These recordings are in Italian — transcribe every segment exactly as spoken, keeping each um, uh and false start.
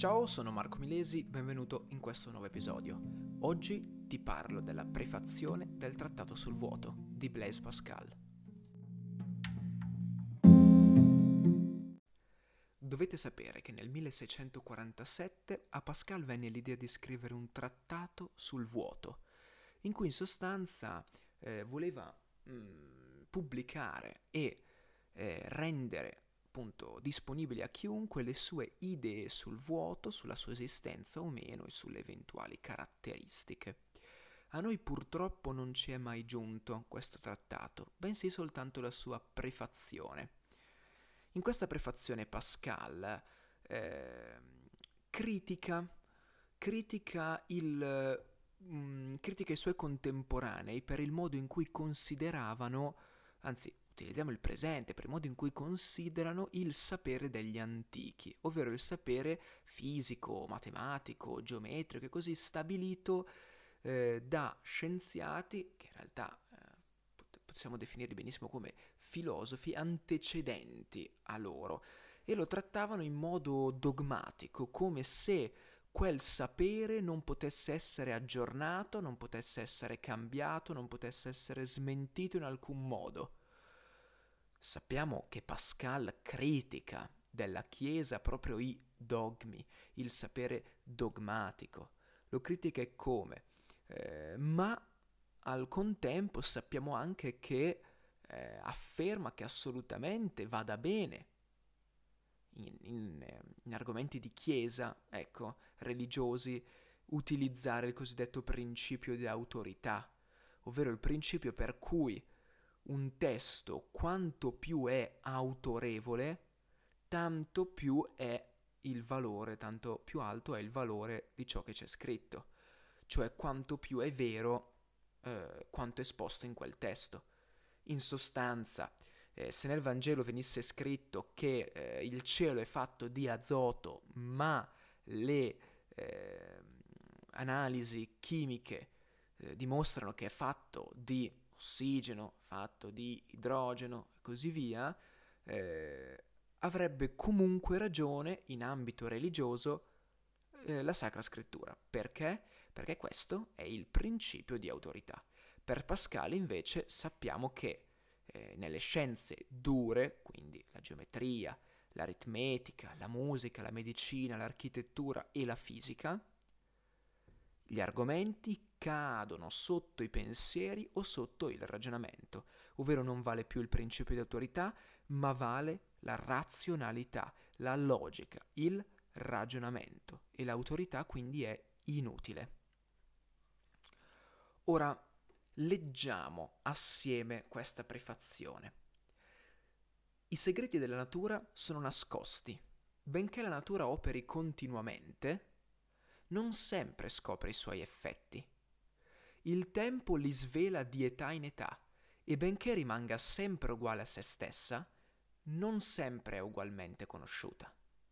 Ciao, sono Marco Milesi, benvenuto in questo nuovo episodio. Oggi ti parlo della prefazione del Trattato sul vuoto di Blaise Pascal. Dovete sapere che nel milleseicentoquarantasette a Pascal venne l'idea di scrivere un trattato sul vuoto, in cui in sostanza eh, voleva mh, pubblicare e eh, rendere appunto disponibili a chiunque le sue idee sul vuoto, sulla sua esistenza o meno e sulle eventuali caratteristiche. A noi purtroppo non ci è mai giunto questo trattato, bensì soltanto la sua prefazione. In questa prefazione Pascal eh, critica, critica, il, mh, critica i suoi contemporanei per il modo in cui consideravano, anzi utilizziamo il presente, per il modo in cui considerano il sapere degli antichi, ovvero il sapere fisico, matematico, geometrico e così stabilito eh, da scienziati che in realtà eh, possiamo definirli benissimo come filosofi antecedenti a loro, e lo trattavano in modo dogmatico, come se quel sapere non potesse essere aggiornato, non potesse essere cambiato, non potesse essere smentito in alcun modo. Sappiamo che Pascal critica della Chiesa proprio i dogmi, il sapere dogmatico. Lo critica e come? Eh, ma al contempo sappiamo anche che eh, afferma che assolutamente vada bene in, in, in argomenti di chiesa, ecco, religiosi, utilizzare il cosiddetto principio di autorità, ovvero il principio per cui un testo quanto più è autorevole, tanto più è il valore, tanto più alto è il valore di ciò che c'è scritto, cioè quanto più è vero eh, quanto esposto in quel testo. In sostanza, eh, se nel Vangelo venisse scritto che eh, il cielo è fatto di azoto, ma le eh, analisi chimiche eh, dimostrano che è fatto di ossigeno, fatto di idrogeno e così via, eh, avrebbe comunque ragione in ambito religioso eh, la Sacra Scrittura. Perché? Perché questo è il principio di autorità. Per Pascal invece sappiamo che eh, nelle scienze dure, quindi la geometria, l'aritmetica, la musica, la medicina, l'architettura e la fisica, gli argomenti cadono sotto i pensieri o sotto il ragionamento, ovvero non vale più il principio di autorità, ma vale la razionalità, la logica, il ragionamento, e l'autorità quindi è inutile. Ora leggiamo assieme questa prefazione. I segreti della natura sono nascosti. Benché la natura operi continuamente, non sempre scopre i suoi effetti. Il tempo li svela di età in età, e benché rimanga sempre uguale a se stessa, non sempre è ugualmente conosciuta.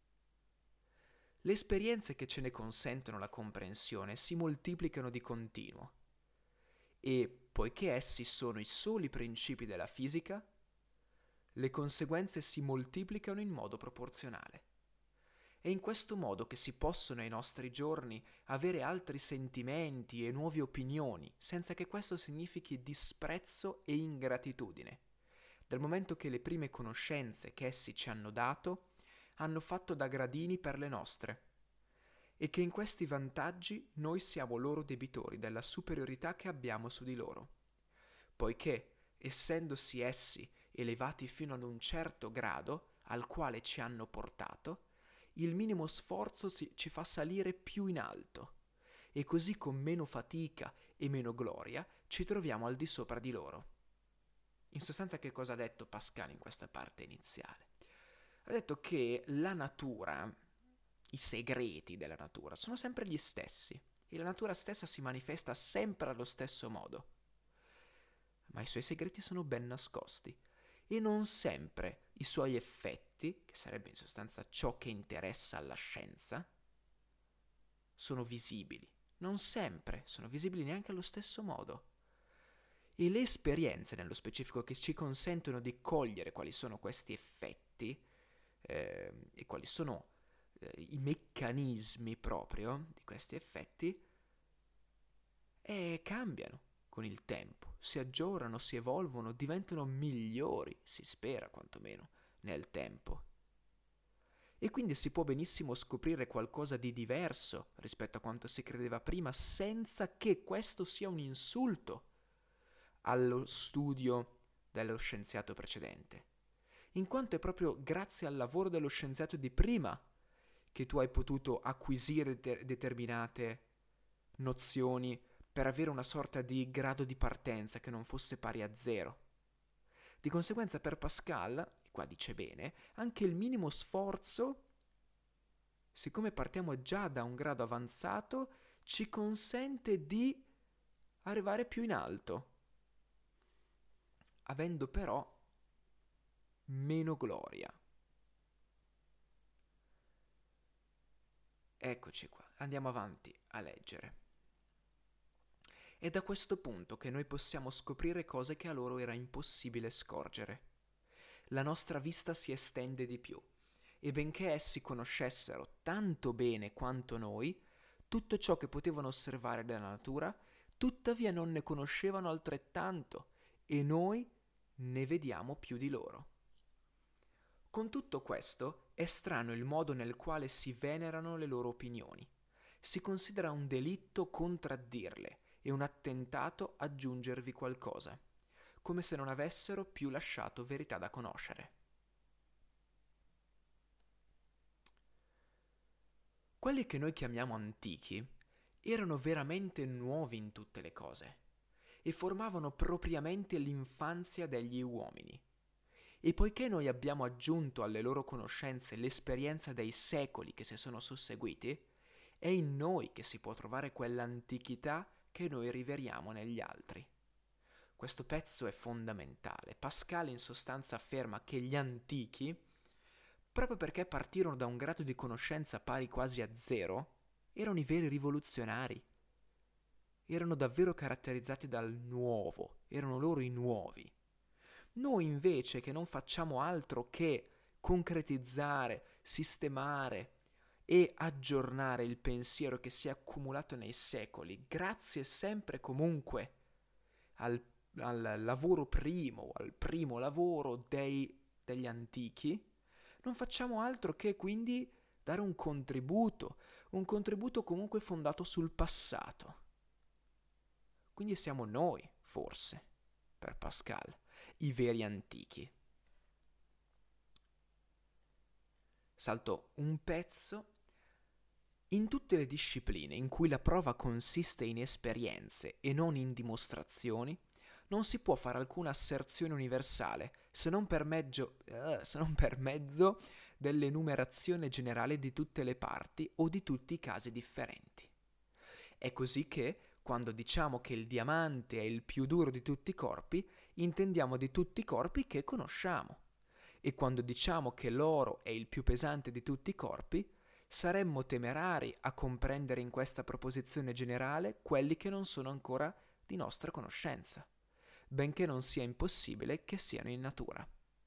Le esperienze che ce ne consentono la comprensione si moltiplicano di continuo, e poiché essi sono i soli principi della fisica, le conseguenze si moltiplicano in modo proporzionale. È in questo modo che si possono ai nostri giorni avere altri sentimenti e nuove opinioni, senza che questo significhi disprezzo e ingratitudine, dal momento che le prime conoscenze che essi ci hanno dato hanno fatto da gradini per le nostre, e che in questi vantaggi noi siamo loro debitori della superiorità che abbiamo su di loro, poiché, essendosi essi elevati fino ad un certo grado al quale ci hanno portato, il minimo sforzo si, ci fa salire più in alto, e così con meno fatica e meno gloria ci troviamo al di sopra di loro. In sostanza, che cosa ha detto Pascal in questa parte iniziale? Ha detto che la natura, i segreti della natura, sono sempre gli stessi, e la natura stessa si manifesta sempre allo stesso modo, ma i suoi segreti sono ben nascosti, e non sempre i suoi effetti, che sarebbe in sostanza ciò che interessa alla scienza, sono visibili. Non sempre sono visibili neanche allo stesso modo. E le esperienze, nello specifico, che ci consentono di cogliere quali sono questi effetti eh, e quali sono eh, i meccanismi proprio di questi effetti e cambiano con il tempo, si aggiornano, si evolvono, diventano migliori, si spera quantomeno, nel tempo. E quindi si può benissimo scoprire qualcosa di diverso rispetto a quanto si credeva prima, senza che questo sia un insulto allo studio dello scienziato precedente, in quanto è proprio grazie al lavoro dello scienziato di prima che tu hai potuto acquisire de- determinate nozioni per avere una sorta di grado di partenza che non fosse pari a zero. Di conseguenza per Pascal, qua dice bene, anche il minimo sforzo, siccome partiamo già da un grado avanzato, ci consente di arrivare più in alto, avendo però meno gloria. Eccoci qua, andiamo avanti a leggere. È da questo punto che noi possiamo scoprire cose che a loro era impossibile scorgere. La nostra vista si estende di più, e benché essi conoscessero tanto bene quanto noi tutto ciò che potevano osservare della natura, tuttavia non ne conoscevano altrettanto, e noi ne vediamo più di loro. Con tutto questo è strano il modo nel quale si venerano le loro opinioni. Si considera un delitto contraddirle e un attentato aggiungervi qualcosa, come se non avessero più lasciato verità da conoscere. Quelli che noi chiamiamo antichi erano veramente nuovi in tutte le cose e formavano propriamente l'infanzia degli uomini. E poiché noi abbiamo aggiunto alle loro conoscenze l'esperienza dei secoli che si sono susseguiti, è in noi che si può trovare quell'antichità che noi riveriamo negli altri. Questo pezzo è fondamentale. Pascal in sostanza afferma che gli antichi, proprio perché partirono da un grado di conoscenza pari quasi a zero, erano i veri rivoluzionari. Erano davvero caratterizzati dal nuovo, erano loro i nuovi. Noi invece che non facciamo altro che concretizzare, sistemare e aggiornare il pensiero che si è accumulato nei secoli, grazie sempre comunque al, al lavoro primo, al primo lavoro dei, degli antichi, non facciamo altro che quindi dare un contributo, un contributo comunque fondato sul passato. Quindi siamo noi, forse, per Pascal, i veri antichi. Salto un pezzo. In tutte le discipline in cui la prova consiste in esperienze e non in dimostrazioni, non si può fare alcuna asserzione universale se non per, meggio, uh, se non per mezzo dell'enumerazione generale di tutte le parti o di tutti i casi differenti. È così che, quando diciamo che il diamante è il più duro di tutti i corpi, intendiamo di tutti i corpi che conosciamo. E quando diciamo che l'oro è il più pesante di tutti i corpi, saremmo temerari a comprendere in questa proposizione generale quelli che non sono ancora di nostra conoscenza, benché non sia impossibile che siano in natura.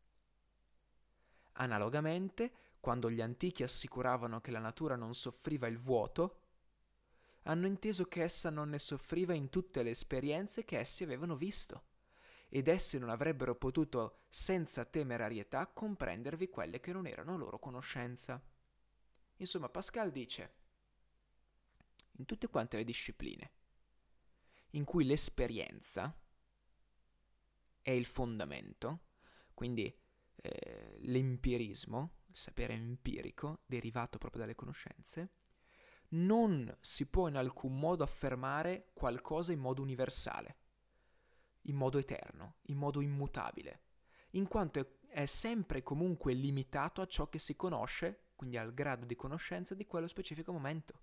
Analogamente, quando gli antichi assicuravano che la natura non soffriva il vuoto, hanno inteso che essa non ne soffriva in tutte le esperienze che essi avevano visto, ed essi non avrebbero potuto senza temerarietà comprendervi quelle che non erano loro conoscenza. Insomma, Pascal dice, in tutte quante le discipline in cui l'esperienza è il fondamento, quindi eh, l'empirismo, il sapere empirico, derivato proprio dalle conoscenze, non si può in alcun modo affermare qualcosa in modo universale, in modo eterno, in modo immutabile, in quanto è, è sempre comunque limitato a ciò che si conosce, quindi al grado di conoscenza di quello specifico momento.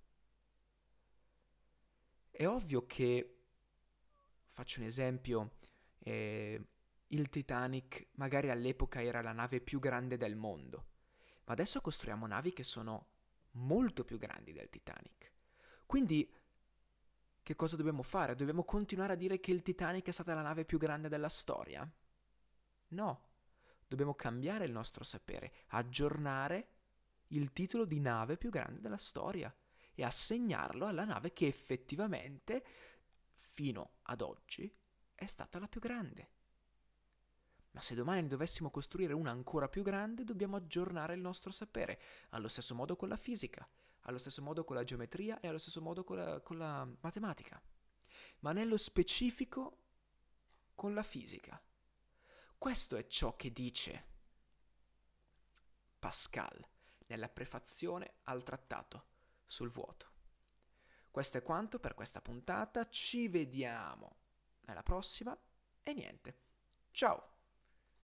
È ovvio che, faccio un esempio, eh, il Titanic magari all'epoca era la nave più grande del mondo, ma adesso costruiamo navi che sono molto più grandi del Titanic. Quindi, che cosa dobbiamo fare? Dobbiamo continuare a dire che il Titanic è stata la nave più grande della storia? No, dobbiamo cambiare il nostro sapere, aggiornare il titolo di nave più grande della storia e assegnarlo alla nave che effettivamente, fino ad oggi, è stata la più grande. Ma se domani ne dovessimo costruire una ancora più grande, dobbiamo aggiornare il nostro sapere, allo stesso modo con la fisica, allo stesso modo con la geometria e allo stesso modo con la, con la matematica, ma nello specifico con la fisica. Questo è ciò che dice Pascal nella prefazione al trattato sul vuoto. Questo è quanto per questa puntata, ci vediamo nella prossima e niente, ciao!